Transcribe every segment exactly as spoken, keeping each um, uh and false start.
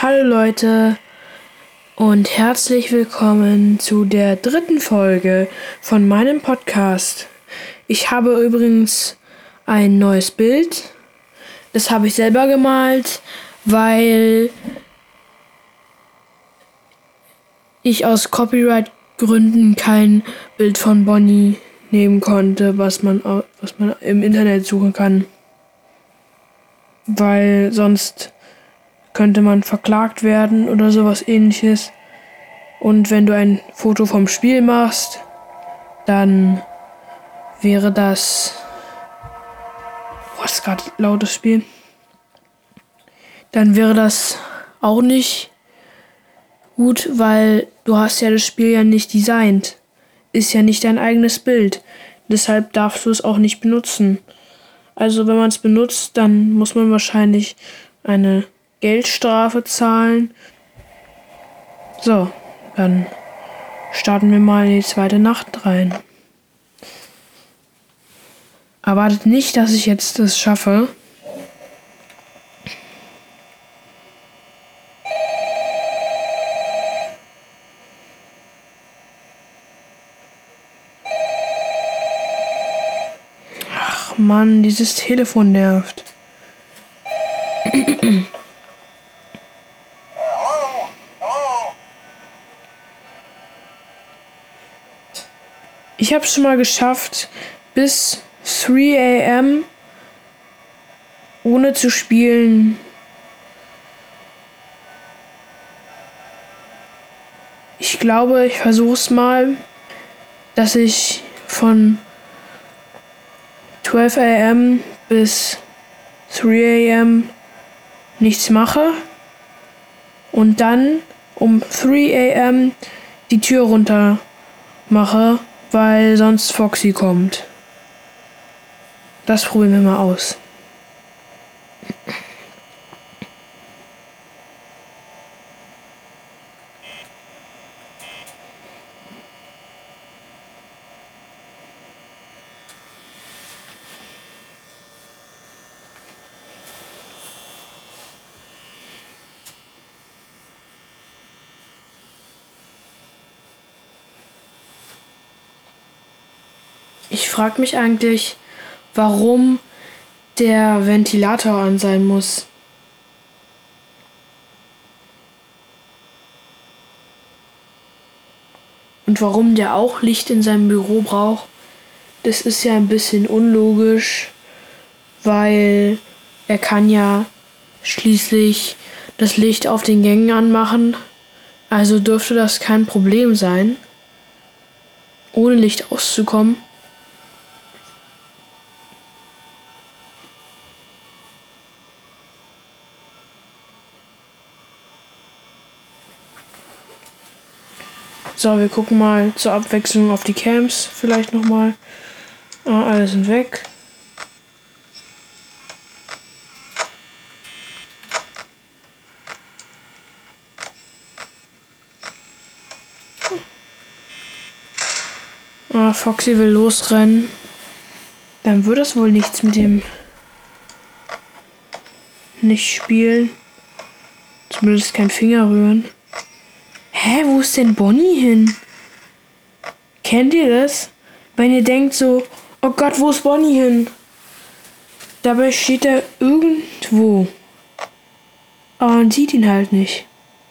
Hallo Leute und herzlich willkommen zu der dritten Folge von meinem Podcast. Ich habe übrigens ein neues Bild. Das habe ich selber gemalt, weil ich aus Copyright-Gründen kein Bild von Bonnie nehmen konnte, was man, was man im Internet suchen kann. Weil sonst könnte man verklagt werden oder sowas ähnliches. Und wenn du ein Foto vom Spiel machst, dann wäre das... Was ist gerade lautes Spiel? Dann wäre das auch nicht gut, weil du hast ja das Spiel ja nicht designt. Ist ja nicht dein eigenes Bild. Deshalb darfst du es auch nicht benutzen. Also wenn man es benutzt, dann muss man wahrscheinlich eine Geldstrafe zahlen. So, dann starten wir mal in die zweite Nacht rein. Erwartet nicht, dass ich jetzt das schaffe. Ach Mann, dieses Telefon nervt. Ich habe es schon mal geschafft, bis drei a.m. ohne zu spielen. Ich glaube, ich versuche es mal, dass ich von zwölf a.m. bis drei a.m. nichts mache und dann um drei a.m. die Tür runter mache, weil sonst Foxy kommt. Das probieren wir mal aus. Ich frage mich eigentlich, warum der Ventilator an sein muss. Und warum der auch Licht in seinem Büro braucht, das ist ja ein bisschen unlogisch, weil er kann ja schließlich das Licht auf den Gängen anmachen. Also dürfte das kein Problem sein, ohne Licht auszukommen. So, wir gucken mal zur Abwechslung auf die Cams vielleicht nochmal. Ah, alle sind weg. Ah, Foxy will losrennen. Dann wird es wohl nichts mit dem nicht spielen. Zumindest kein Finger rühren. Hä, wo ist denn Bonnie hin? Kennt ihr das? Wenn ihr denkt so, oh Gott, wo ist Bonnie hin? Dabei steht er irgendwo. Aber man sieht ihn halt nicht.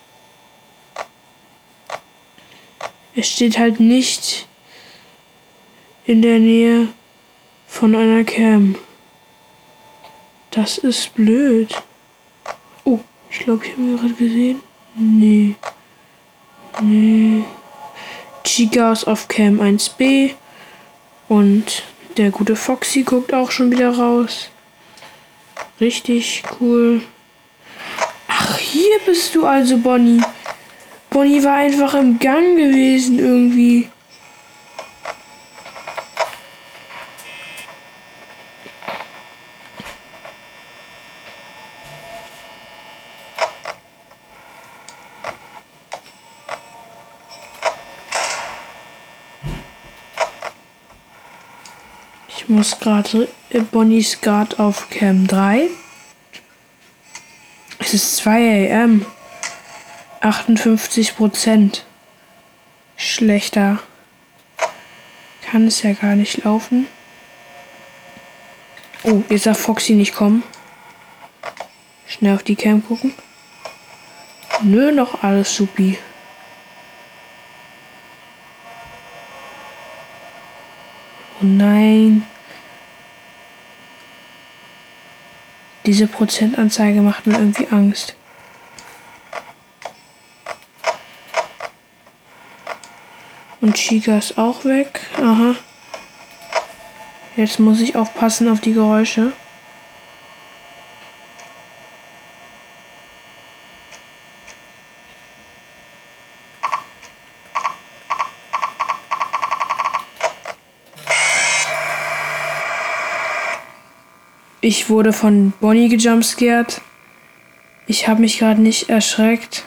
Er steht halt nicht in der Nähe von einer Cam. Das ist blöd. Oh, ich glaube, ich habe ihn gerade gesehen. Nee. Nee. Chica ist auf Cam eins b und der gute Foxy guckt auch schon wieder raus. Richtig cool. Ach, hier bist du also, Bonnie. Bonnie war einfach im Gang gewesen irgendwie. Ich muss gerade, Bonnie ist gerade auf Cam drei. Es ist zwei a.m. achtundfünfzig Prozent. Schlechter kann es ja gar nicht laufen. Oh, jetzt darf Foxy nicht kommen. Schnell auf die Cam gucken. Nö, noch alles supi. Oh nein. Diese Prozentanzeige macht mir irgendwie Angst. Und Chica ist auch weg. Aha. Jetzt muss ich aufpassen auf die Geräusche. Ich wurde von Bonnie gejumpscared. Ich habe mich gerade nicht erschreckt.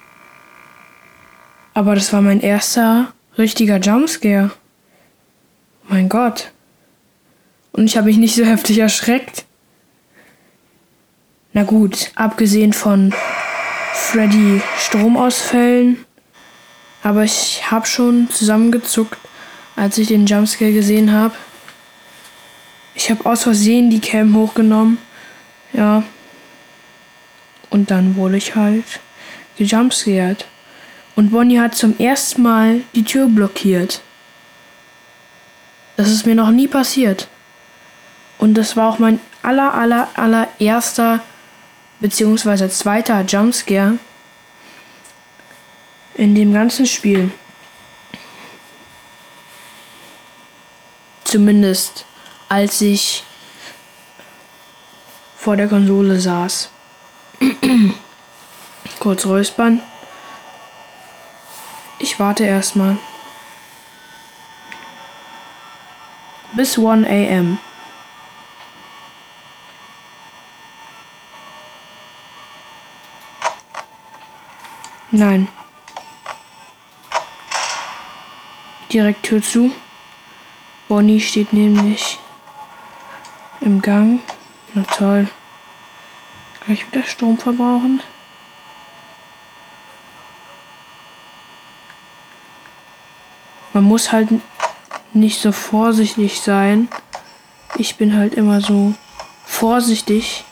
Aber das war mein erster richtiger Jumpscare. Mein Gott. Und ich habe mich nicht so heftig erschreckt. Na gut, abgesehen von Freddy Stromausfällen. Aber ich habe schon zusammengezuckt, als ich den Jumpscare gesehen habe. Ich habe aus Versehen die Cam hochgenommen. Ja. Und dann wurde ich halt gejumpscared. Und Bonnie hat zum ersten Mal die Tür blockiert. Das ist mir noch nie passiert. Und das war auch mein aller, aller, allererster beziehungsweise zweiter Jumpscare in dem ganzen Spiel. Zumindest als ich vor der Konsole saß. Kurz räuspern. Ich warte erstmal. Bis one a m Nein. Direkt Tür zu. Bonnie steht nämlich im Gang. Na toll. Gleich wieder Strom verbrauchen. Man muss halt nicht so vorsichtig sein. Ich bin halt immer so vorsichtig.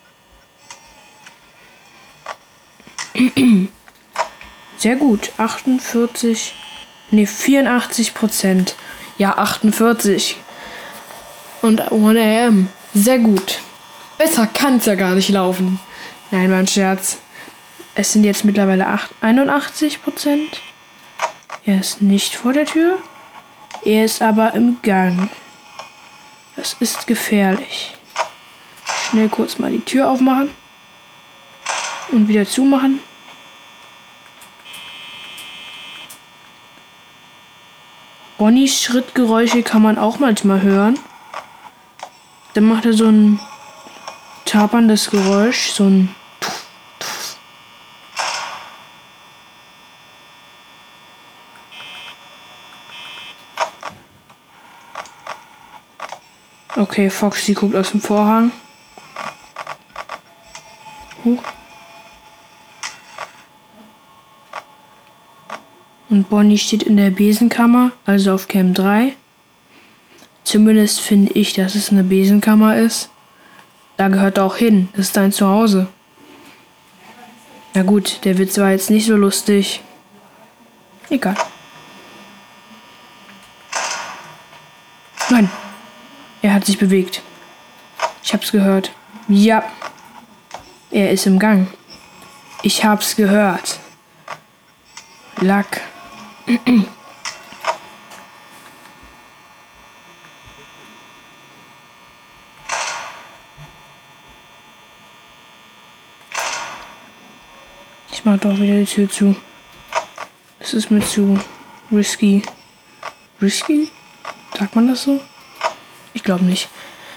Sehr gut. achtundvierzig, nee, vierundachtzig Prozent. Ja, achtundvierzig. Und one a m Sehr gut. Besser kann's ja gar nicht laufen. Nein, war ein Scherz. Es sind jetzt mittlerweile einundachtzig Prozent. Er ist nicht vor der Tür. Er ist aber im Gang. Das ist gefährlich. Schnell kurz mal die Tür aufmachen. Und wieder zumachen. Bonnies Schrittgeräusche kann man auch manchmal hören. Dann macht er so ein taperndes Geräusch, so ein Tuff, Tuff. Okay, Foxy guckt aus dem Vorhang. Huch. Und Bonnie steht in der Besenkammer, also auf Cam drei. Zumindest finde ich, dass es eine Besenkammer ist. Da gehört er auch hin. Das ist dein Zuhause. Na gut, der Witz war jetzt nicht so lustig. Egal. Nein. Er hat sich bewegt. Ich hab's gehört. Ja. Er ist im Gang. Ich hab's gehört. Lack. Ich mach doch wieder die Tür zu. Das ist mir zu risky. Risky? Sagt man das so? Ich glaube nicht.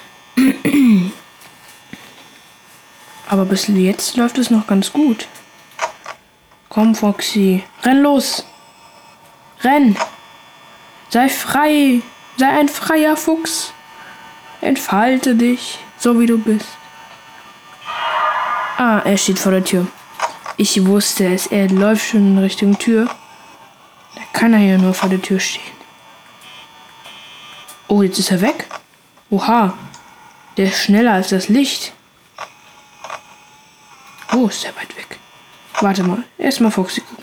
Aber bis jetzt läuft es noch ganz gut. Komm, Foxy. Renn los. Renn. Sei frei. Sei ein freier Fuchs. Entfalte dich, so wie du bist. Ah, er steht vor der Tür. Ich wusste es. Er läuft schon in Richtung Tür. Da kann er ja nur vor der Tür stehen. Oh, jetzt ist er weg. Oha. Der ist schneller als das Licht. Oh, ist er weit weg. Warte mal. Erstmal Foxy gucken.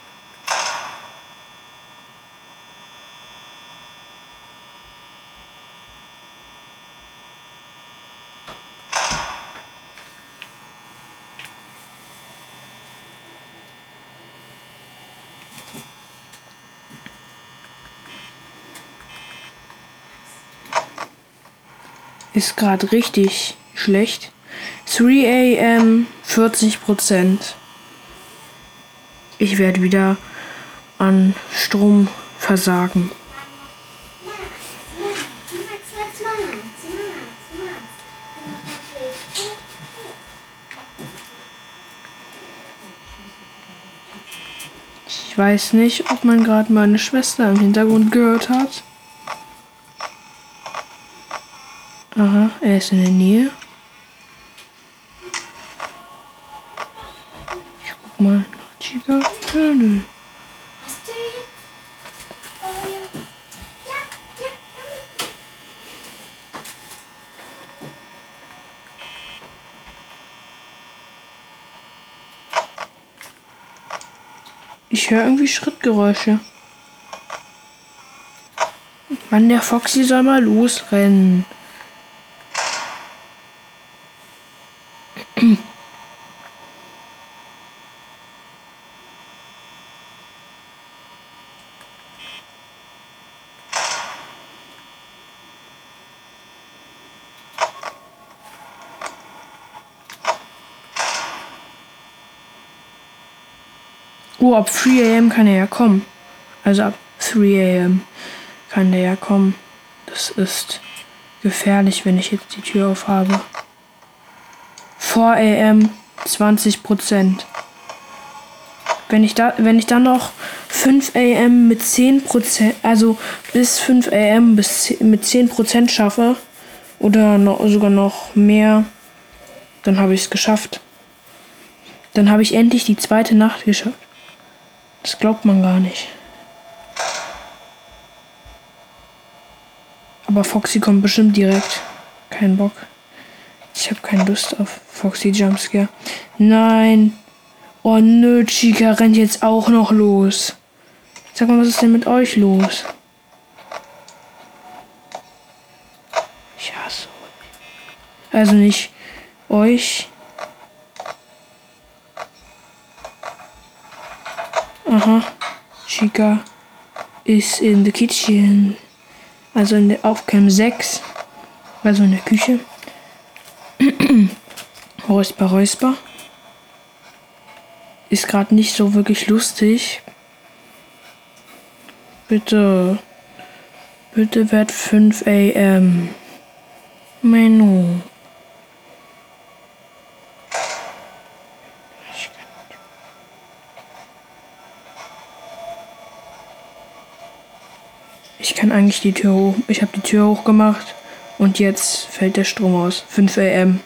Ist gerade richtig schlecht. drei a m vierzig Prozent. Ich werde wieder an Strom versagen. Ich weiß nicht, ob man gerade meine Schwester im Hintergrund gehört hat. Aha, er ist in der Nähe. Ich guck mal nach Chica. Ja, nö. Ich höre irgendwie Schrittgeräusche. Mann, der Foxy soll mal losrennen. Oh, ab drei a m kann er ja kommen. Also ab drei a m kann der ja kommen. Das ist gefährlich, wenn ich jetzt die Tür aufhabe. vier a m zwanzig Prozent. Wenn ich da, wenn ich dann noch fünf a m mit zehn Prozent, also bis fünf a m bis mit zehn Prozent schaffe oder noch, sogar noch mehr, dann habe ich es geschafft. Dann habe ich endlich die zweite Nacht geschafft. Das glaubt man gar nicht. Aber Foxy kommt bestimmt direkt. Kein Bock. Ich habe keine Lust auf Foxy Jumpscare. Nein. Oh nö, Chica rennt jetzt auch noch los. Sag mal, was ist denn mit euch los? Ich hasse euch. Also nicht euch. Aha. Chica ist in the kitchen. Also in der auf Cam sechs. Also in der Küche. Räusper, Räusper. Ist gerade nicht so wirklich lustig. Bitte. Bitte werd fünf a m Menü. Ich kann eigentlich die Tür hoch. Ich habe die Tür hochgemacht und jetzt fällt der Strom aus. fünf a m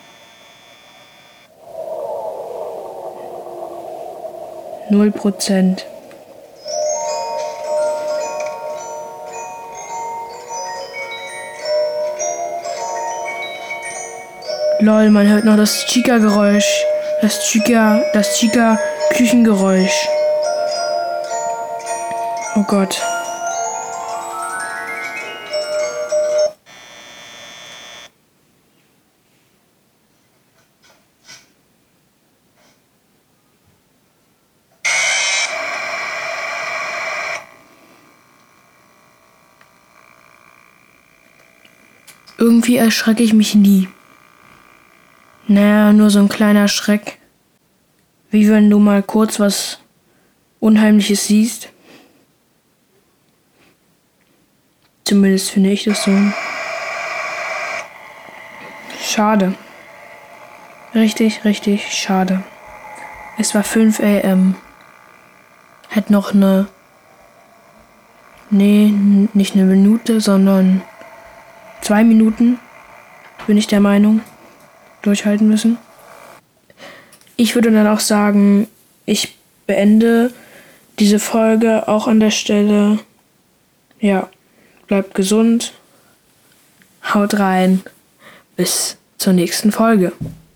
null Prozent. Lol, man hört noch das Chica-Geräusch. Das Chica, das Chica-Küchengeräusch. Oh Gott. Irgendwie erschrecke ich mich nie. Naja, nur so ein kleiner Schreck. Wie wenn du mal kurz was Unheimliches siehst. Zumindest finde ich das so. Schade. Richtig, richtig schade. Es war fünf a m Hätte noch eine... Nee, nicht eine Minute, sondern... Zwei Minuten, bin ich der Meinung, durchhalten müssen. ich würde dann auch sagen, ich beende diese Folge auch an der Stelle. Ja, bleibt gesund, haut rein, bis zur nächsten Folge.